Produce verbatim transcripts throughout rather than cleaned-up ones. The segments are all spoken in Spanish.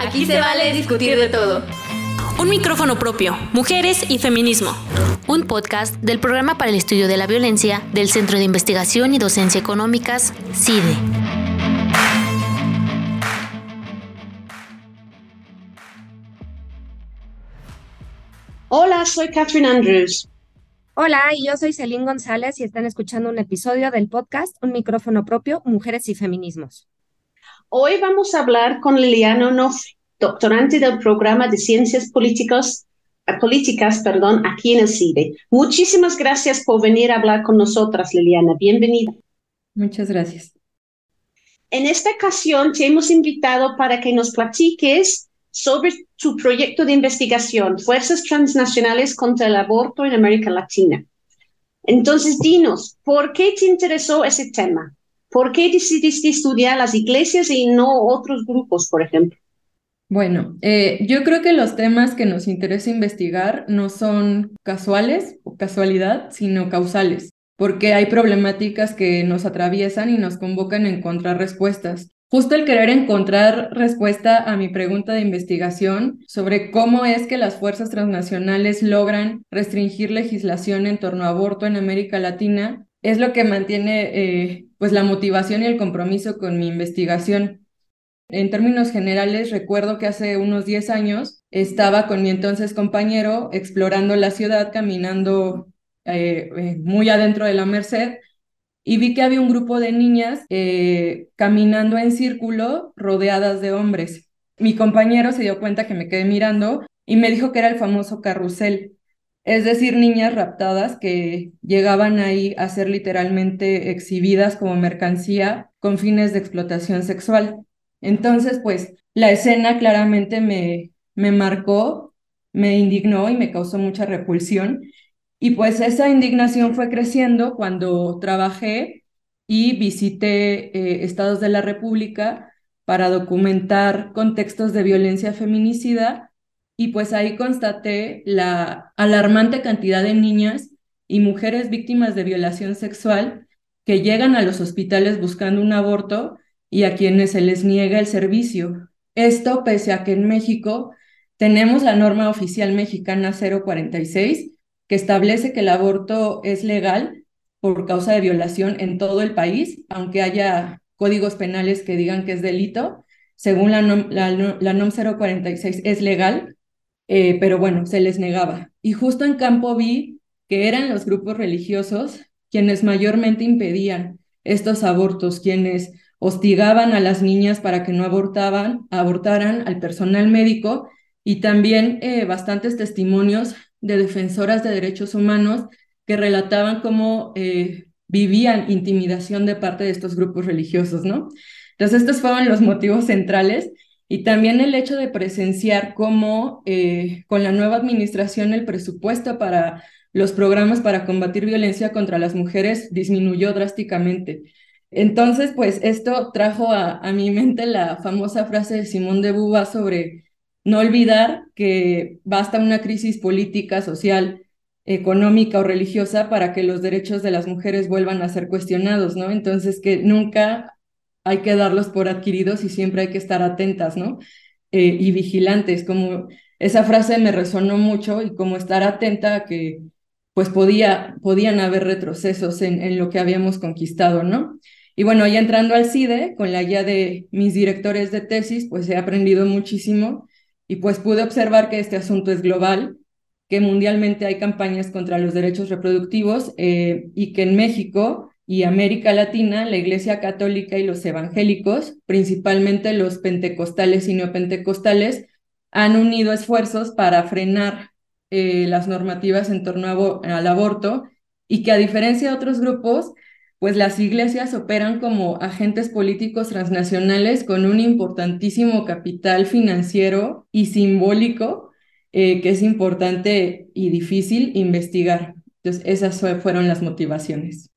Aquí se vale discutir de todo. Un micrófono propio, mujeres y feminismo. Un podcast del Programa para el Estudio de la Violencia del Centro de Investigación y Docencia Económicas, CIDE. Hola, soy Catherine Andrews. Hola, y yo soy Celine González y están escuchando un episodio del podcast Un micrófono propio, mujeres y feminismos. Hoy vamos a hablar con Liliana Onofre, doctorante del programa de Ciencias Políticas, Políticas perdón, aquí en el CIDE. Muchísimas gracias por venir a hablar con nosotras, Liliana. Bienvenida. Muchas gracias. En esta ocasión te hemos invitado para que nos platiques sobre tu proyecto de investigación, Fuerzas Transnacionales contra el Aborto en América Latina. Entonces, dinos, ¿por qué te interesó ese tema? ¿Por qué decidiste estudiar las iglesias y no otros grupos, por ejemplo? Bueno, eh, yo creo que los temas que nos interesa investigar no son casuales o casualidad, sino causales, porque hay problemáticas que nos atraviesan y nos convocan a encontrar respuestas. Justo el querer encontrar respuesta a mi pregunta de investigación sobre cómo es que las fuerzas transnacionales logran restringir legislación en torno a aborto en América Latina es lo que mantiene eh, pues la motivación y el compromiso con mi investigación. En términos generales, recuerdo que hace unos diez años estaba con mi entonces compañero explorando la ciudad, caminando eh, eh, muy adentro de la Merced, y vi que había un grupo de niñas eh, caminando en círculo rodeadas de hombres. Mi compañero se dio cuenta que me quedé mirando y me dijo que era el famoso carrusel, es decir, niñas raptadas que llegaban ahí a ser literalmente exhibidas como mercancía con fines de explotación sexual. Entonces, pues, la escena claramente me, me marcó, me indignó y me causó mucha repulsión. Y pues esa indignación fue creciendo cuando trabajé y visité eh, estados de la República para documentar contextos de violencia feminicida, y pues ahí constaté la alarmante cantidad de niñas y mujeres víctimas de violación sexual que llegan a los hospitales buscando un aborto y a quienes se les niega el servicio. Esto pese a que en México tenemos la norma oficial mexicana cero cuarenta y seis, que establece que el aborto es legal por causa de violación en todo el país, aunque haya códigos penales que digan que es delito. Según la NOM, la, la NOM cero cuarenta y seis es legal, eh, pero bueno, se les negaba. Y justo en campo vi que eran los grupos religiosos quienes mayormente impedían estos abortos, quienes hostigaban a las niñas para que no abortaban, abortaran, al personal médico, y también eh, bastantes testimonios de defensoras de derechos humanos que relataban cómo eh, vivían intimidación de parte de estos grupos religiosos, ¿no? Entonces estos fueron los motivos centrales, y también el hecho de presenciar cómo eh, con la nueva administración el presupuesto para los programas para combatir violencia contra las mujeres disminuyó drásticamente. Entonces, pues esto trajo a, a mi mente la famosa frase de Simone de Beauvoir sobre no olvidar que basta una crisis política, social, económica o religiosa para que los derechos de las mujeres vuelvan a ser cuestionados, ¿no? Entonces, que nunca hay que darlos por adquiridos y siempre hay que estar atentas, ¿no? Eh, y vigilantes, como esa frase me resonó mucho, y como estar atenta a que pues podía, podían haber retrocesos en, en lo que habíamos conquistado, ¿no? Y bueno, ya entrando al CIDE, con la guía de mis directores de tesis, pues he aprendido muchísimo, y pues pude observar que este asunto es global, que mundialmente hay campañas contra los derechos reproductivos eh, y que en México y América Latina la Iglesia Católica y los evangélicos, principalmente los pentecostales y neopentecostales, han unido esfuerzos para frenar eh, las normativas en torno a, al aborto, y que a diferencia de otros grupos, pues las iglesias operan como agentes políticos transnacionales con un importantísimo capital financiero y simbólico eh, que es importante y difícil investigar. Entonces, esas fueron las motivaciones.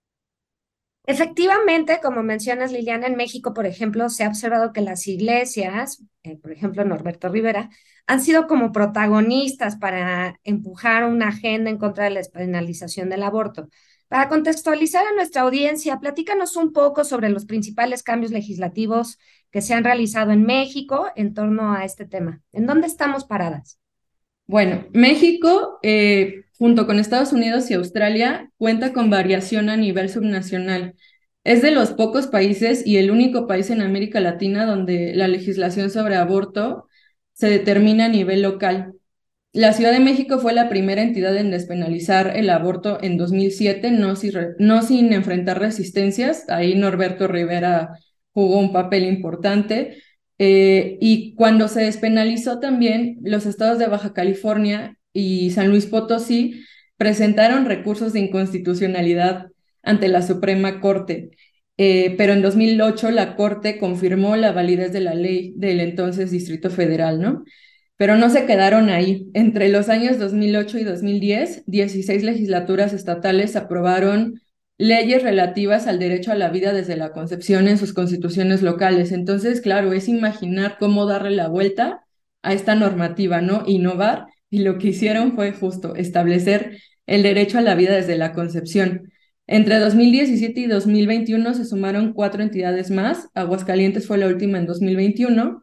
Efectivamente, como mencionas, Liliana, en México, por ejemplo, se ha observado que las iglesias, eh, por ejemplo, Norberto Rivera, han sido como protagonistas para empujar una agenda en contra de la despenalización del aborto. Para contextualizar a nuestra audiencia, platícanos un poco sobre los principales cambios legislativos que se han realizado en México en torno a este tema. ¿En dónde estamos paradas? Bueno, México, eh, junto con Estados Unidos y Australia, cuenta con variación a nivel subnacional. Es de los pocos países y el único país en América Latina donde la legislación sobre aborto se determina a nivel local. La Ciudad de México fue la primera entidad en despenalizar el aborto en dos mil siete, no, si re, no sin enfrentar resistencias. Ahí Norberto Rivera jugó un papel importante. Eh, y cuando se despenalizó también, los estados de Baja California y San Luis Potosí presentaron recursos de inconstitucionalidad ante la Suprema Corte. Eh, pero en dos mil ocho la Corte confirmó la validez de la ley del entonces Distrito Federal, ¿no? Pero no se quedaron ahí. Entre los años dos mil ocho y dos mil diez, dieciséis legislaturas estatales aprobaron leyes relativas al derecho a la vida desde la concepción en sus constituciones locales. Entonces, claro, es imaginar cómo darle la vuelta a esta normativa, ¿no? Innovar, y lo que hicieron fue justo establecer el derecho a la vida desde la concepción. Entre dos mil diecisiete y dos mil veintiuno se sumaron cuatro entidades más. Aguascalientes fue la última en dos mil veintiuno.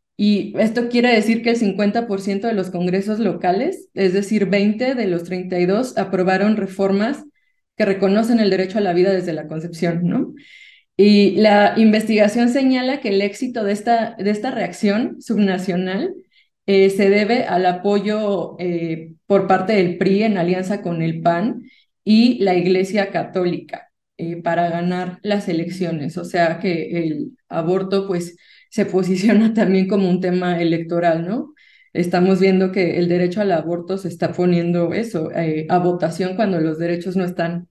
Y esto quiere decir que el cincuenta por ciento de los congresos locales, es decir, veinte de los treinta y dos, aprobaron reformas que reconocen el derecho a la vida desde la concepción, ¿no? Y la investigación señala que el éxito de esta, de esta reacción subnacional eh, se debe al apoyo eh, por parte del P R I en alianza con el P A N y la Iglesia Católica eh, para ganar las elecciones. O sea que el aborto, pues, se posiciona también como un tema electoral, ¿no? Estamos viendo que el derecho al aborto se está poniendo eso, eh, a votación cuando los derechos no están,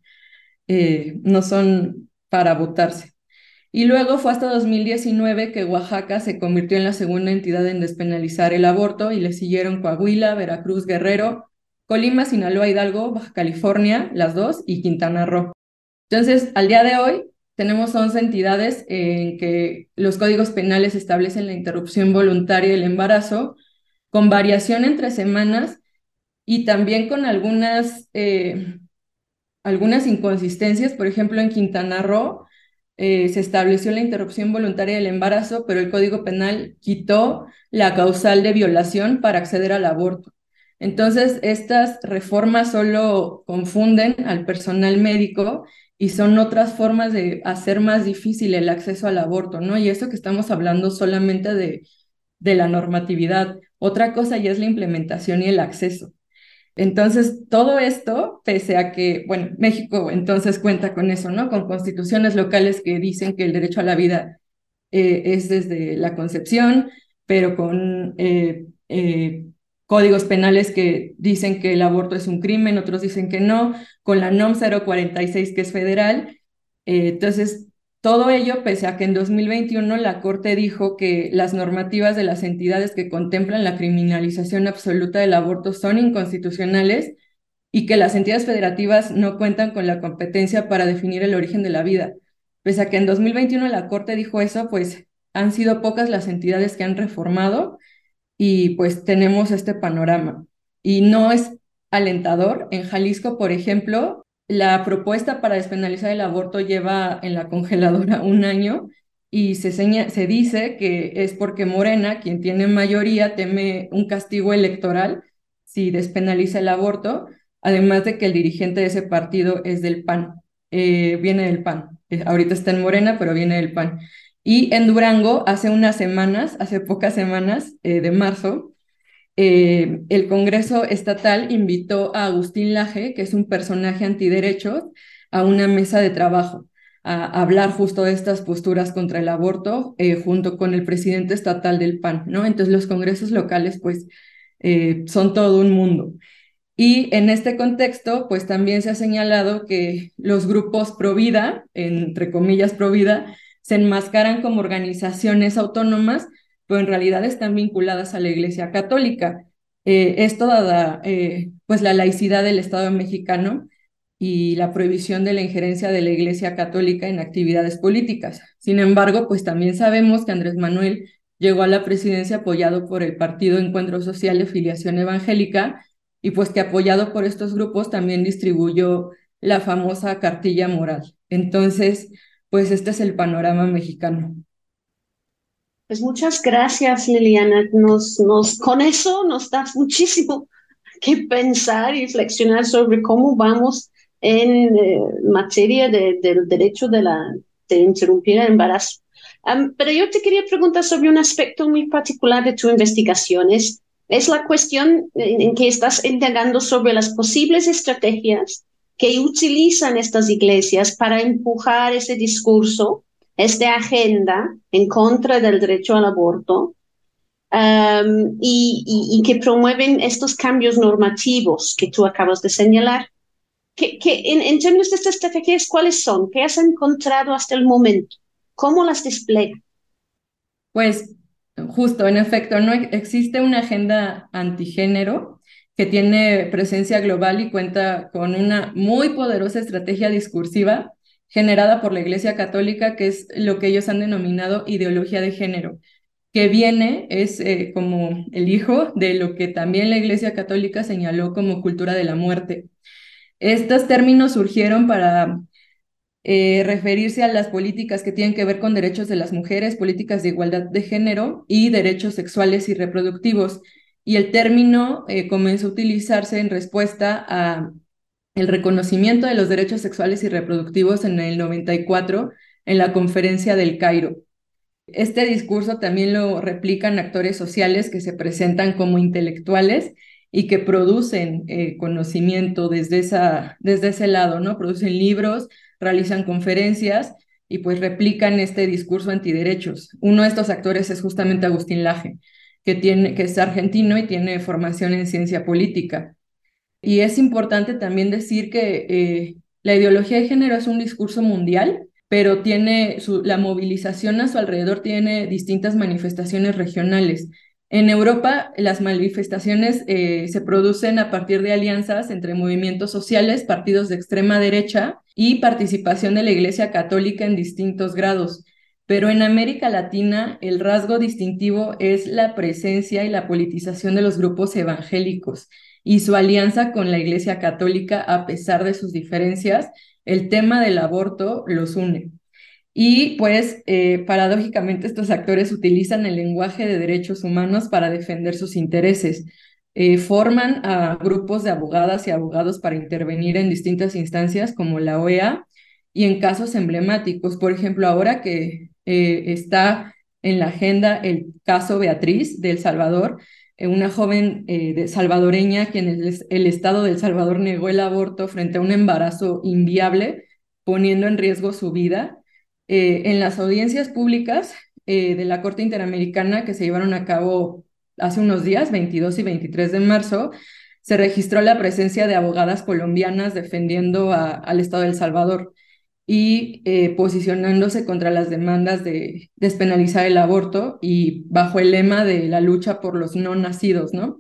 eh, no son para votarse. Y luego fue hasta dos mil diecinueve que Oaxaca se convirtió en la segunda entidad en despenalizar el aborto y le siguieron Coahuila, Veracruz, Guerrero, Colima, Sinaloa, Hidalgo, Baja California, las dos, y Quintana Roo. Entonces, al día de hoy, tenemos once entidades en que los códigos penales establecen la interrupción voluntaria del embarazo, con variación entre semanas y también con algunas, eh, algunas inconsistencias. Por ejemplo, en Quintana Roo eh, se estableció la interrupción voluntaria del embarazo, pero el Código Penal quitó la causal de violación para acceder al aborto. Entonces, estas reformas solo confunden al personal médico y son otras formas de hacer más difícil el acceso al aborto, ¿no? Y eso que estamos hablando solamente de, de la normatividad. Otra cosa ya es la implementación y el acceso. Entonces, todo esto, pese a que, bueno, México entonces cuenta con eso, ¿no? Con constituciones locales que dicen que el derecho a la vida eh, es desde la concepción, pero con eh, eh, códigos penales que dicen que el aborto es un crimen, otros dicen que no, con la NOM cero cuarenta y seis que es federal. Eh, entonces, todo ello, pese a que en dos mil veintiuno la Corte dijo que las normativas de las entidades que contemplan la criminalización absoluta del aborto son inconstitucionales y que las entidades federativas no cuentan con la competencia para definir el origen de la vida. Pese a que en dos mil veintiuno la Corte dijo eso, pues han sido pocas las entidades que han reformado y pues tenemos este panorama. Y no es alentador. En Jalisco, por ejemplo, la propuesta para despenalizar el aborto lleva en la congeladora un año y se, seña, se dice que es porque Morena, quien tiene mayoría, teme un castigo electoral si despenaliza el aborto, además de que el dirigente de ese partido es del P A N, eh, viene del P A N. Eh, ahorita está en Morena, pero viene del P A N. Y en Durango, hace unas semanas, hace pocas semanas, eh, de marzo, Eh, el Congreso Estatal invitó a Agustín Laje, que es un personaje antiderechos, a una mesa de trabajo, a, a hablar justo de estas posturas contra el aborto, eh, junto con el presidente estatal del P A N, ¿no? Entonces los congresos locales, pues, eh, son todo un mundo. Y en este contexto, pues también se ha señalado que los grupos pro vida, entre comillas pro vida, se enmascaran como organizaciones autónomas, pero en realidad están vinculadas a la Iglesia Católica. Eh, esto dada eh, pues la laicidad del Estado mexicano y la prohibición de la injerencia de la Iglesia Católica en actividades políticas. Sin embargo, pues también sabemos que Andrés Manuel llegó a la presidencia apoyado por el Partido Encuentro Social de Filiación Evangélica y pues que apoyado por estos grupos también distribuyó la famosa cartilla moral. Entonces, pues este es el panorama mexicano. Pues muchas gracias, Liliana. Nos, nos, con eso nos da muchísimo que pensar y reflexionar sobre cómo vamos en eh, materia de, del derecho de, la, de interrumpir el embarazo. Um, pero yo te quería preguntar sobre un aspecto muy particular de tu investigación. Es, es la cuestión en, en que estás indagando sobre las posibles estrategias que utilizan estas iglesias para empujar ese discurso, esta agenda en contra del derecho al aborto, um, y, y, y, que promueven estos cambios normativos que tú acabas de señalar. Que, que en, en términos de estas estrategias, ¿cuáles son? ¿Qué has encontrado hasta el momento? ¿Cómo las despliega? Pues justo, en efecto, no existe una agenda antigénero que tiene presencia global y cuenta con una muy poderosa estrategia discursiva generada por la Iglesia Católica, que es lo que ellos han denominado ideología de género, que viene, es eh, como el hijo de lo que también la Iglesia Católica señaló como cultura de la muerte. Estos términos surgieron para eh, referirse a las políticas que tienen que ver con derechos de las mujeres, políticas de igualdad de género y derechos sexuales y reproductivos. Y el término eh, comenzó a utilizarse en respuesta a el reconocimiento de los derechos sexuales y reproductivos en el noventa y cuatro en la Conferencia del Cairo. Este discurso también lo replican actores sociales que se presentan como intelectuales y que producen eh, conocimiento desde, esa, desde ese lado, ¿no? Producen libros, realizan conferencias y pues replican este discurso antiderechos. Uno de estos actores es justamente Agustín Laje, que, tiene, que es argentino y tiene formación en ciencia política. Y es importante también decir que eh, la ideología de género es un discurso mundial, pero tiene su, la movilización a su alrededor tiene distintas manifestaciones regionales. En Europa, las manifestaciones eh, se producen a partir de alianzas entre movimientos sociales, partidos de extrema derecha y participación de la Iglesia Católica en distintos grados. Pero en América Latina, el rasgo distintivo es la presencia y la politización de los grupos evangélicos y su alianza con la Iglesia Católica, a pesar de sus diferencias, el tema del aborto los une. Y pues, eh, paradójicamente, estos actores utilizan el lenguaje de derechos humanos para defender sus intereses. Eh, forman a grupos de abogadas y abogados para intervenir en distintas instancias como la O E A y en casos emblemáticos. Por ejemplo, ahora que eh, está en la agenda el caso Beatriz de El Salvador, una joven eh, de salvadoreña quien el, el Estado de El Salvador negó el aborto frente a un embarazo inviable, poniendo en riesgo su vida. Eh, en las audiencias públicas eh, de la Corte Interamericana que se llevaron a cabo hace unos días, veintidós y veintitrés de marzo, se registró la presencia de abogadas colombianas defendiendo a, al Estado de El Salvador y eh, posicionándose contra las demandas de despenalizar el aborto y bajo el lema de la lucha por los no nacidos, ¿no?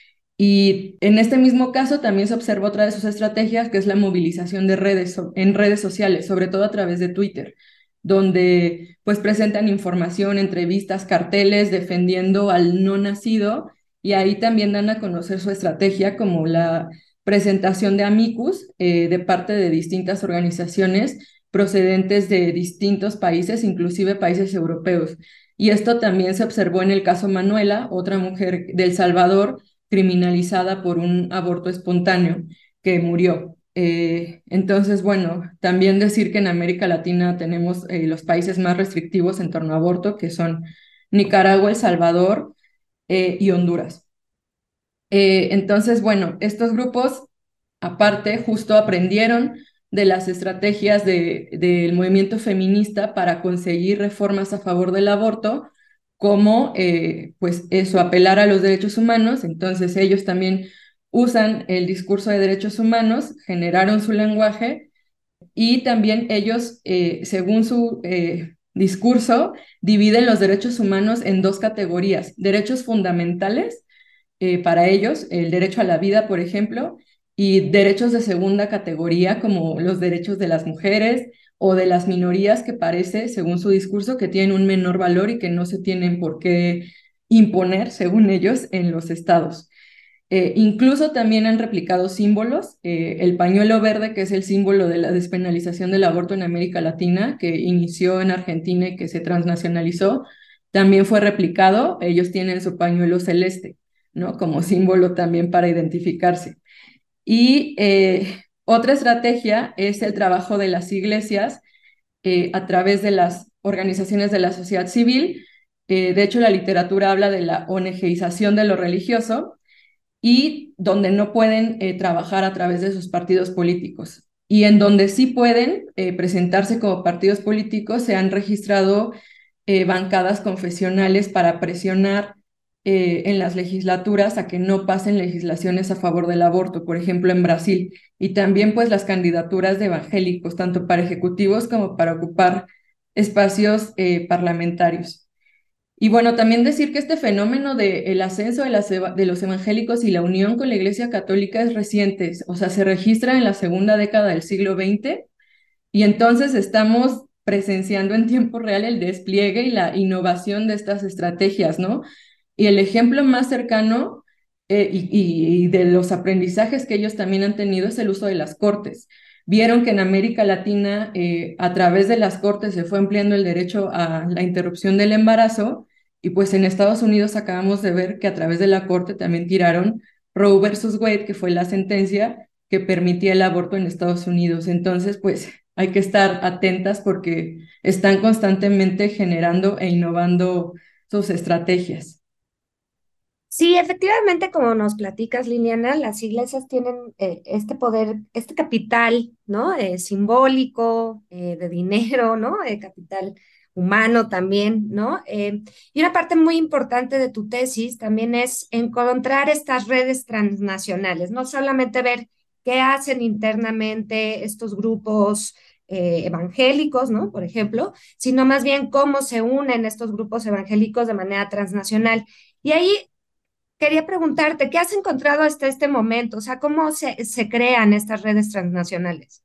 Y en este mismo caso también se observa otra de sus estrategias, que es la movilización de redes, en redes sociales, sobre todo a través de Twitter, donde pues presentan información, entrevistas, carteles defendiendo al no nacido, y ahí también dan a conocer su estrategia como la presentación de amicus eh, de parte de distintas organizaciones procedentes de distintos países, inclusive países europeos. Y esto también se observó en el caso Manuela, otra mujer de El Salvador criminalizada por un aborto espontáneo que murió. Eh, entonces, bueno, también decir que en América Latina tenemos eh, los países más restrictivos en torno a aborto, que son Nicaragua, El Salvador eh, y Honduras. Eh, entonces, bueno, estos grupos, aparte, justo aprendieron de las estrategias de, del movimiento feminista para conseguir reformas a favor del aborto, como eh, pues eso, apelar a los derechos humanos. Entonces ellos también usan el discurso de derechos humanos, generaron su lenguaje y también ellos, eh, según su eh, discurso, dividen los derechos humanos en dos categorías: derechos fundamentales eh, para ellos, el derecho a la vida, por ejemplo, y derechos de segunda categoría como los derechos de las mujeres o de las minorías, que parece, según su discurso, que tienen un menor valor y que no se tienen por qué imponer, según ellos, en los estados. Eh, incluso también han replicado símbolos. Eh, el pañuelo verde, que es el símbolo de la despenalización del aborto en América Latina, que inició en Argentina y que se transnacionalizó, también fue replicado. Ellos tienen su pañuelo celeste, ¿no? Como símbolo también para identificarse. Y eh, otra estrategia es el trabajo de las iglesias eh, a través de las organizaciones de la sociedad civil. Eh, de hecho, la literatura habla de la O N Gización de lo religioso, y donde no pueden eh, trabajar a través de sus partidos políticos. Y en donde sí pueden eh, presentarse como partidos políticos, se han registrado eh, bancadas confesionales para presionar eh, en las legislaturas a que no pasen legislaciones a favor del aborto, por ejemplo, en Brasil. Y también pues las candidaturas de evangélicos, tanto para ejecutivos como para ocupar espacios eh, parlamentarios. Y bueno, también decir que este fenómeno del ascenso de, las, de los evangélicos y la unión con la Iglesia Católica es reciente, o sea, se registra en la segunda década del siglo veinte, y entonces estamos presenciando en tiempo real el despliegue y la innovación de estas estrategias, ¿no? Y el ejemplo más cercano eh, y, y, y de los aprendizajes que ellos también han tenido es el uso de las cortes. Vieron que en América Latina, eh, a través de las cortes, se fue ampliando el derecho a la interrupción del embarazo, y pues en Estados Unidos acabamos de ver que a través de la corte también tiraron Roe versus Wade, que fue la sentencia que permitía el aborto en Estados Unidos. Entonces, pues hay que estar atentas porque están constantemente generando e innovando sus estrategias. Sí, efectivamente, como nos platicas, Liliana, las iglesias tienen eh, este poder, este capital, ¿no? Eh, simbólico, eh, de dinero, ¿no? Eh, capital humano también, ¿no? Eh, y una parte muy importante de tu tesis también es encontrar estas redes transnacionales, no solamente ver qué hacen internamente estos grupos eh, evangélicos, ¿no? Por ejemplo, sino más bien cómo se unen estos grupos evangélicos de manera transnacional. Y ahí quería preguntarte, ¿qué has encontrado hasta este momento? O sea, ¿cómo se, se crean estas redes transnacionales?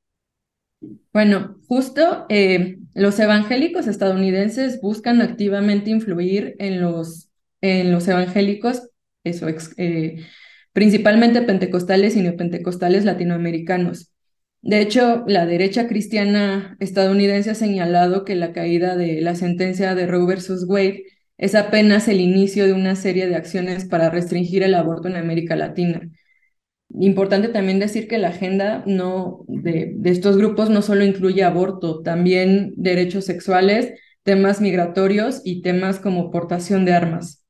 Bueno, justo eh, los evangélicos estadounidenses buscan activamente influir en los, en los evangélicos, eso, ex, eh, principalmente pentecostales y neopentecostales latinoamericanos. De hecho, la derecha cristiana estadounidense ha señalado que la caída de la sentencia de Roe versus Wade es apenas el inicio de una serie de acciones para restringir el aborto en América Latina. Importante también decir que la agenda no, de, de estos grupos no solo incluye aborto, también derechos sexuales, temas migratorios y temas como portación de armas.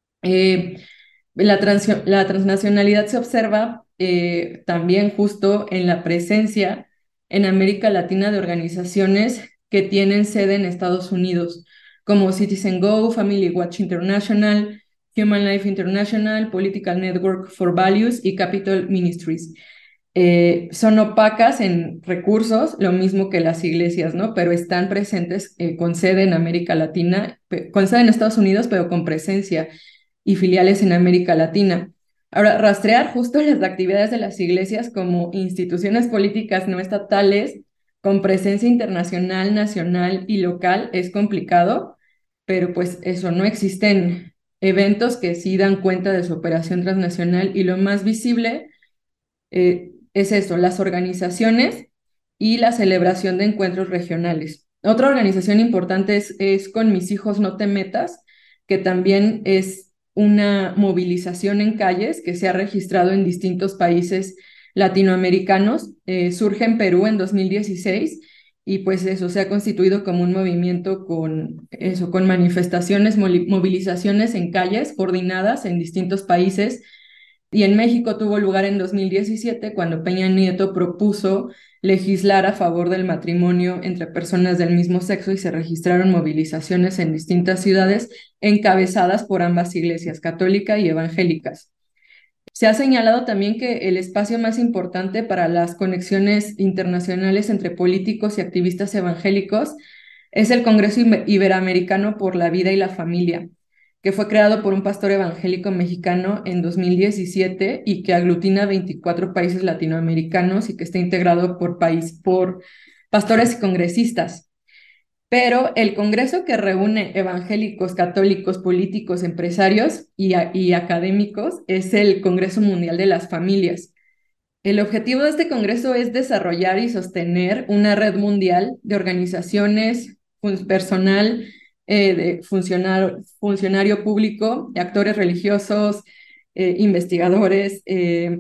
Eh, la, trans, la transnacionalidad se observa eh, también justo en la presencia en América Latina de organizaciones que tienen sede en Estados Unidos, como Citizen Go, Family Watch International, Human Life International, Political Network for Values y Capital Ministries. Eh, son opacas en recursos, lo mismo que las iglesias, ¿no? Pero están presentes eh, con sede en América Latina, con sede en Estados Unidos, pero con presencia y filiales en América Latina. Ahora, rastrear justo las actividades de las iglesias como instituciones políticas no estatales con presencia internacional, nacional y local es complicado, pero pues eso, no existen eventos que sí dan cuenta de su operación transnacional, y lo más visible eh, es eso, las organizaciones y la celebración de encuentros regionales. Otra organización importante es, es Con Mis Hijos No Te Metas, que también es una movilización en calles que se ha registrado en distintos países latinoamericanos. Eh, surge en Perú en dos mil dieciséis, y pues eso se ha constituido como un movimiento con, eso, con manifestaciones, movilizaciones en calles coordinadas en distintos países. Y en México tuvo lugar en dos mil diecisiete, cuando Peña Nieto propuso legislar a favor del matrimonio entre personas del mismo sexo, y se registraron movilizaciones en distintas ciudades encabezadas por ambas iglesias, católica y evangélicas. Se ha señalado también que el espacio más importante para las conexiones internacionales entre políticos y activistas evangélicos es el Congreso Iberoamericano por la Vida y la Familia, que fue creado por un pastor evangélico mexicano en dos mil diecisiete y que aglutina veinticuatro países latinoamericanos y que está integrado por, país, por pastores y congresistas. pero el congreso que reúne evangélicos, católicos, políticos, empresarios y, y académicos es el Congreso Mundial de las Familias. El objetivo de este congreso es desarrollar y sostener una red mundial de organizaciones, personal, eh, de funcionario, funcionario público, de actores religiosos, eh, investigadores, eh,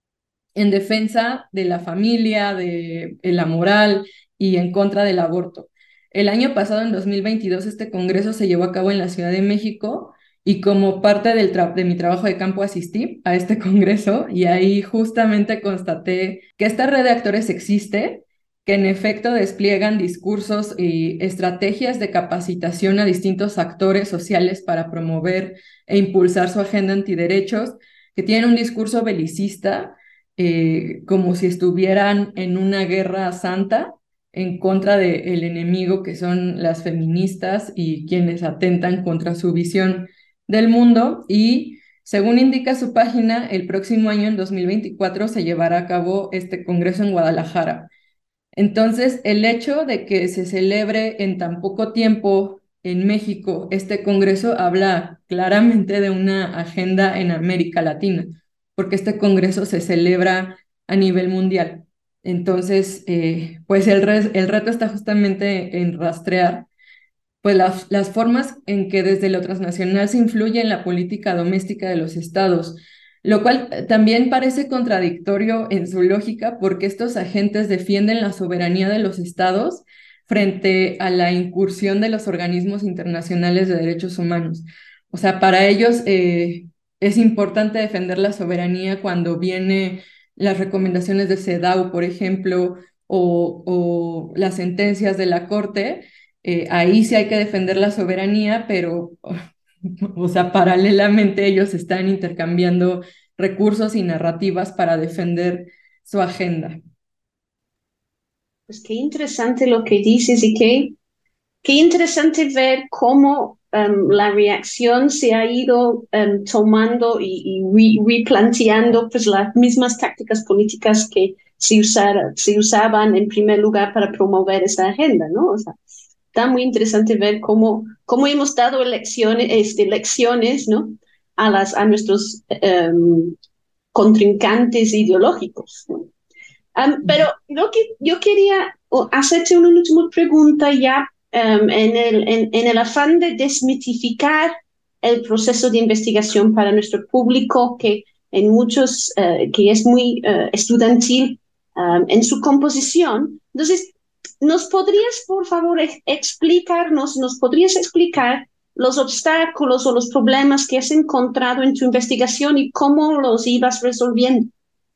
en defensa de la familia, de, de la moral y en contra del aborto. El año pasado, en dos mil veintidós, este congreso se llevó a cabo en la Ciudad de México y como parte del tra- de mi trabajo de campo asistí a este congreso y ahí justamente constaté que esta red de actores existe, que en efecto despliegan discursos y estrategias de capacitación a distintos actores sociales para promover e impulsar su agenda antiderechos, que tienen un discurso belicista, eh, como si estuvieran en una guerra santa en contra del enemigo que son las feministas y quienes atentan contra su visión del mundo. Y según indica su página, el próximo año, en dos mil veinticuatro, se llevará a cabo este congreso en Guadalajara. Entonces, el hecho de que se celebre en tan poco tiempo en México este congreso habla claramente de una agenda en América Latina, porque este congreso se celebra a nivel mundial. Entonces, eh, pues el, re el reto está justamente en rastrear pues las, las formas en que desde lo transnacional se influye en la política doméstica de los estados, lo cual eh, también parece contradictorio en su lógica porque estos agentes defienden la soberanía de los estados frente a la incursión de los organismos internacionales de derechos humanos. O sea, para ellos eh, es importante defender la soberanía cuando vienen las recomendaciones de CEDAW, por ejemplo, o, o las sentencias de la Corte. Eh, ahí sí hay que defender la soberanía, pero, o sea, paralelamente ellos están intercambiando recursos y narrativas para defender su agenda. Pues qué interesante lo que dices y qué, qué interesante ver cómo um, la reacción se ha ido um, tomando y, y re replanteando pues las mismas tácticas políticas que se, usara, se usaban en primer lugar para promover esa agenda, ¿no? O sea, está muy interesante ver cómo, cómo hemos dado elecciones, este, lecciones, ¿no? A, las, a nuestros um, contrincantes ideológicos, ¿no? Um, pero lo que yo quería hacerte una última pregunta ya um, en, el, en, en el afán de desmitificar el proceso de investigación para nuestro público que en muchos, uh, que es muy uh, estudiantil um, en su composición. Entonces, ¿nos podrías, por favor, explicarnos, nos podrías explicar los obstáculos o los problemas que has encontrado en tu investigación y cómo los ibas resolviendo?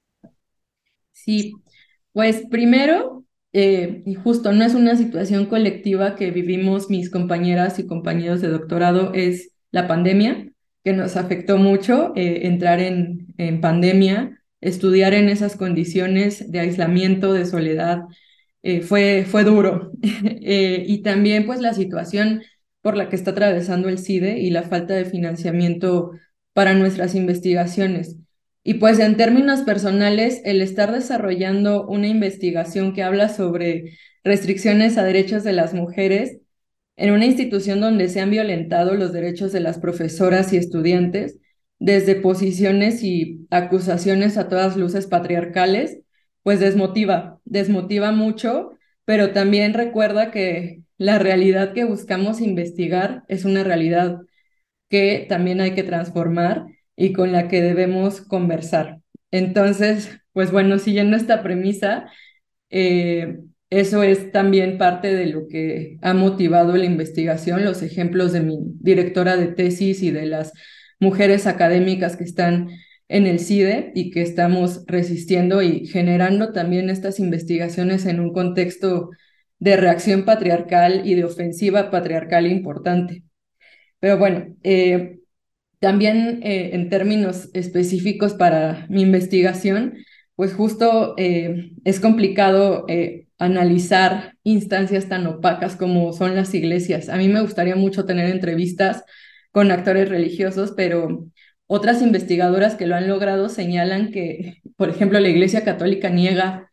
Sí, pues primero, eh, y justo no es una situación colectiva que vivimos mis compañeras y compañeros de doctorado, es la pandemia, que nos afectó mucho, eh, entrar en, en pandemia, estudiar en esas condiciones de aislamiento, de soledad, eh, fue, fue duro. eh, y también pues la situación por la que está atravesando el CIDE y la falta de financiamiento para nuestras investigaciones. Y pues en términos personales, el estar desarrollando una investigación que habla sobre restricciones a derechos de las mujeres en una institución donde se han violentado los derechos de las profesoras y estudiantes, desde posiciones y acusaciones a todas luces patriarcales, pues desmotiva, desmotiva mucho, pero también recuerda que la realidad que buscamos investigar es una realidad que también hay que transformar y con la que debemos conversar. Entonces, pues bueno, siguiendo esta premisa, eh, eso es también parte de lo que ha motivado la investigación, los ejemplos de mi directora de tesis y de las mujeres académicas que están en el CIDE y que estamos resistiendo y generando también estas investigaciones en un contexto de reacción patriarcal y de ofensiva patriarcal importante. Pero bueno, eh, también eh, en términos específicos para mi investigación, pues justo eh, es complicado eh, analizar instancias tan opacas como son las iglesias. A mí me gustaría mucho tener entrevistas con actores religiosos, pero otras investigadoras que lo han logrado señalan que, por ejemplo, la Iglesia Católica niega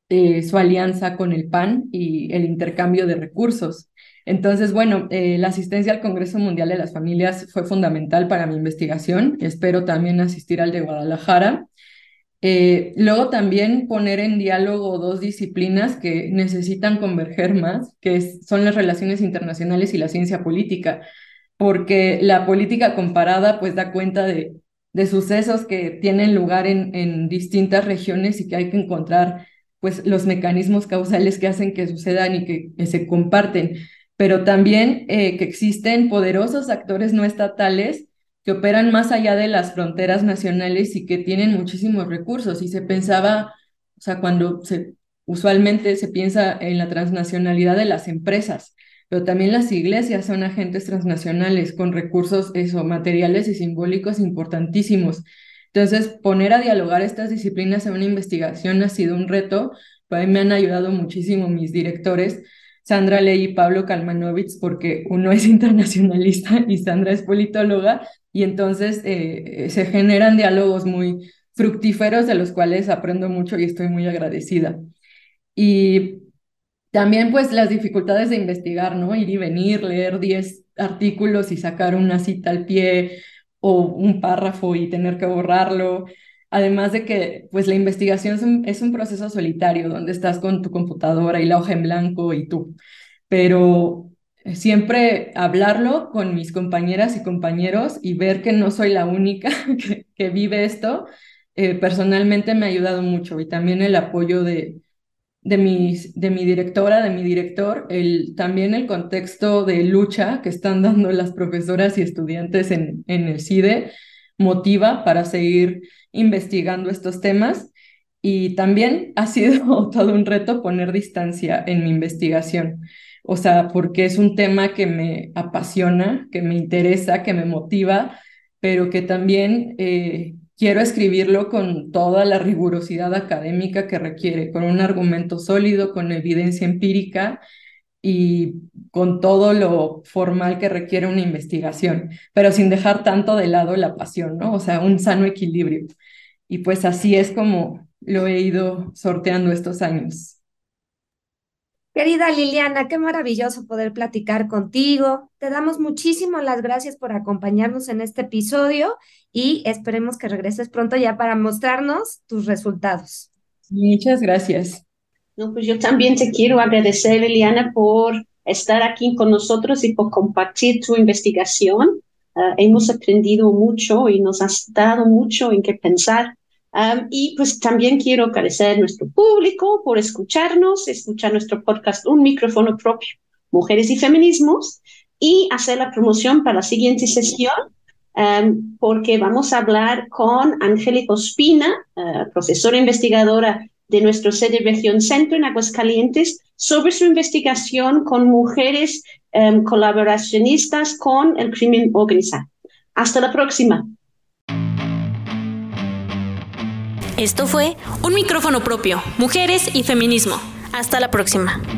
eh, su alianza con el P A N y el intercambio de recursos. Entonces, bueno, eh, la asistencia al Congreso Mundial de las Familias fue fundamental para mi investigación. Espero también asistir al de Guadalajara. Eh, luego también poner en diálogo dos disciplinas que necesitan converger más, que es, son las relaciones internacionales y la ciencia política, porque la política comparada pues da cuenta de, de sucesos que tienen lugar en, en distintas regiones y que hay que encontrar pues los mecanismos causales que hacen que sucedan y que, que se comparten, pero también eh, que existen poderosos actores no estatales que operan más allá de las fronteras nacionales y que tienen muchísimos recursos. Y se pensaba, o sea, cuando se, usualmente se piensa en la transnacionalidad de las empresas, pero también las iglesias son agentes transnacionales con recursos eso, materiales y simbólicos importantísimos. Entonces, poner a dialogar estas disciplinas en una investigación ha sido un reto. Para mí me han ayudado muchísimo mis directores, Sandra Ley y Pablo Kalmanovitz, porque uno es internacionalista y Sandra es politóloga, y entonces eh, se generan diálogos muy fructíferos de los cuales aprendo mucho y estoy muy agradecida. Y también pues las dificultades de investigar, ¿no? Ir y venir, leer diez artículos y sacar una cita al pie o un párrafo y tener que borrarlo. Además de que pues la investigación es un, es un proceso solitario donde estás con tu computadora y la hoja en blanco y tú. Pero siempre hablarlo con mis compañeras y compañeros y ver que no soy la única que, que vive esto, eh, personalmente me ha ayudado mucho. Y también el apoyo de de, mis, de mi directora, de mi director, el, también el contexto de lucha que están dando las profesoras y estudiantes en, en el CIDE motiva para seguir investigando estos temas, y también ha sido todo un reto poner distancia en mi investigación, o sea, porque es un tema que me apasiona, que me interesa, que me motiva, pero que también eh, quiero escribirlo con toda la rigurosidad académica que requiere, con un argumento sólido, con evidencia empírica y con todo lo formal que requiere una investigación, pero sin dejar tanto de lado la pasión, ¿no? O sea, un sano equilibrio. Y pues así es como lo he ido sorteando estos años. Querida Liliana, qué maravilloso poder platicar contigo. Te damos muchísimas las gracias por acompañarnos en este episodio y esperemos que regreses pronto ya para mostrarnos tus resultados. Muchas gracias. No, pues yo también te quiero agradecer, Liliana, por estar aquí con nosotros y por compartir tu investigación. Uh, hemos aprendido mucho y nos has dado mucho en qué pensar. Um, y pues también quiero agradecer a nuestro público por escucharnos, escuchar nuestro podcast Un Micrófono Propio, Mujeres y Feminismos, y hacer la promoción para la siguiente sesión, um, porque vamos a hablar con Angélica Ospina, uh, profesora investigadora de nuestro sede Región Centro en Aguascalientes, sobre su investigación con mujeres um, colaboracionistas con el crimen organizado. Hasta la próxima. Esto fue Un Micrófono Propio, Mujeres y Feminismo. Hasta la próxima.